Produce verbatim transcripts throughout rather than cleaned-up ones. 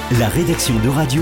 La rédaction de radio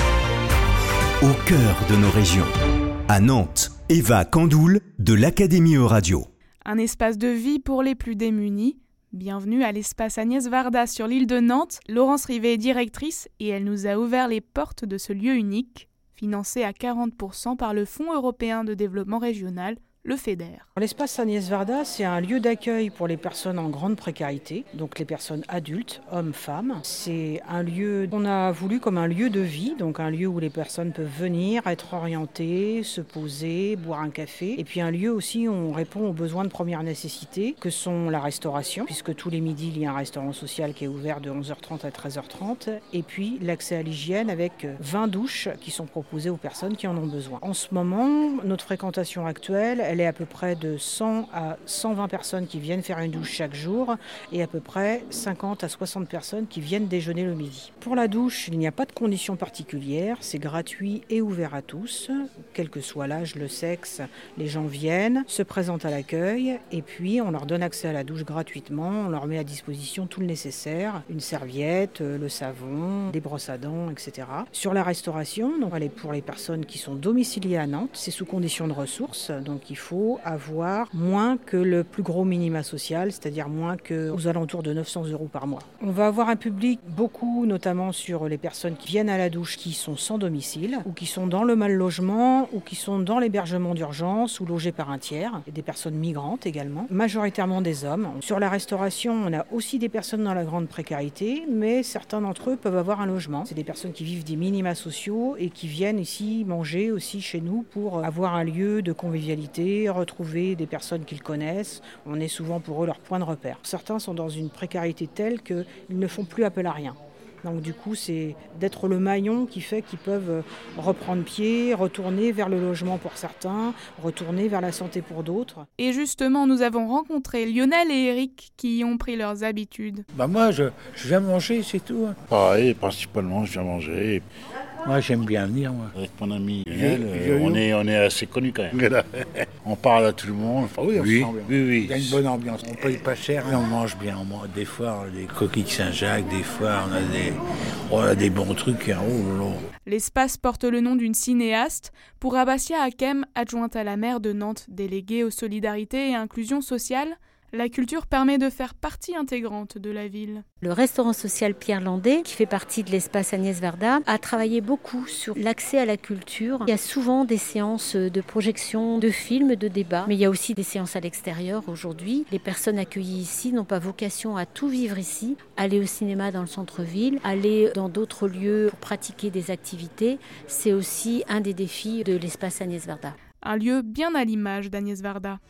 au cœur de nos régions. À Nantes, Eva Candoul de l'Académie Euradio. Un espace de vie pour les plus démunis. Bienvenue à l'espace Agnès Varda sur l'île de Nantes. Laurence Rivet est directrice et elle nous a ouvert les portes de ce lieu unique, financé à quarante pour cent par le Fonds européen de développement régional, le FEDER. L'espace Agnès Varda, c'est un lieu d'accueil pour les personnes en grande précarité, donc les personnes adultes, hommes, femmes. C'est un lieu qu'on a voulu comme un lieu de vie, donc un lieu où les personnes peuvent venir, être orientées, se poser, boire un café. Et puis un lieu aussi où on répond aux besoins de première nécessité, que sont la restauration, puisque tous les midis, il y a un restaurant social qui est ouvert de onze heures trente à treize heures trente. Et puis l'accès à l'hygiène avec vingt douches qui sont proposées aux personnes qui en ont besoin. En ce moment, notre fréquentation actuelle, elle est à peu près de cent à cent vingt personnes qui viennent faire une douche chaque jour et à peu près cinquante à soixante personnes qui viennent déjeuner le midi. Pour la douche, il n'y a pas de conditions particulières, c'est gratuit et ouvert à tous, quel que soit l'âge, le sexe, les gens viennent, se présentent à l'accueil et puis on leur donne accès à la douche gratuitement, on leur met à disposition tout le nécessaire, une serviette, le savon, des brosses à dents, et cetera. Sur la restauration, donc elle est pour les personnes qui sont domiciliées à Nantes, c'est sous conditions de ressources, donc il faut faut avoir moins que le plus gros minima social, c'est-à-dire moins qu'aux alentours de neuf cents euros par mois. On va avoir un public beaucoup, notamment sur les personnes qui viennent à la douche, qui sont sans domicile, ou qui sont dans le mal logement, ou qui sont dans l'hébergement d'urgence, ou logés par un tiers, et des personnes migrantes également, majoritairement des hommes. Sur la restauration, on a aussi des personnes dans la grande précarité, mais certains d'entre eux peuvent avoir un logement. C'est des personnes qui vivent des minima sociaux et qui viennent ici manger aussi chez nous pour avoir un lieu de convivialité, retrouver des personnes qu'ils connaissent. On est souvent pour eux leur point de repère. Certains sont dans une précarité telle qu'ils ne font plus appel à rien. Donc du coup, c'est d'être le maillon qui fait qu'ils peuvent reprendre pied, retourner vers le logement pour certains, retourner vers la santé pour d'autres. Et justement, nous avons rencontré Lionel et Eric qui y ont pris leurs habitudes. Bah moi, je, je viens manger, c'est tout. Hein. Pareil, principalement, je viens manger. Moi, j'aime bien venir, moi. Avec mon ami Lionel, euh, on, est, on est assez connus quand même. On parle à tout le monde. Ah oui, on oui, se sent bien. Oui, oui. Il y a une bonne ambiance. On paye pas cher, mais on mange bien. On mange des fois on a des coquilles de Saint-Jacques, des fois on a des, on a des bons trucs. Hein. Oh là là. L'espace porte le nom d'une cinéaste. Pour Abassia Hakem, adjointe à la maire de Nantes, déléguée aux solidarités et inclusion sociale, la culture permet de faire partie intégrante de la ville. Le restaurant social Pierre Landais, qui fait partie de l'espace Agnès Varda, a travaillé beaucoup sur l'accès à la culture. Il y a souvent des séances de projection, de films, de débats, mais il y a aussi des séances à l'extérieur aujourd'hui. Les personnes accueillies ici n'ont pas vocation à tout vivre ici, aller au cinéma dans le centre-ville, aller dans d'autres lieux pour pratiquer des activités. C'est aussi un des défis de l'espace Agnès Varda. Un lieu bien à l'image d'Agnès Varda.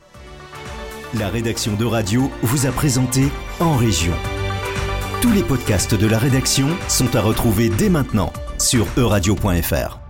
La rédaction de radio vous a présenté En Région. Tous les podcasts de la rédaction sont à retrouver dès maintenant sur euradio point f r.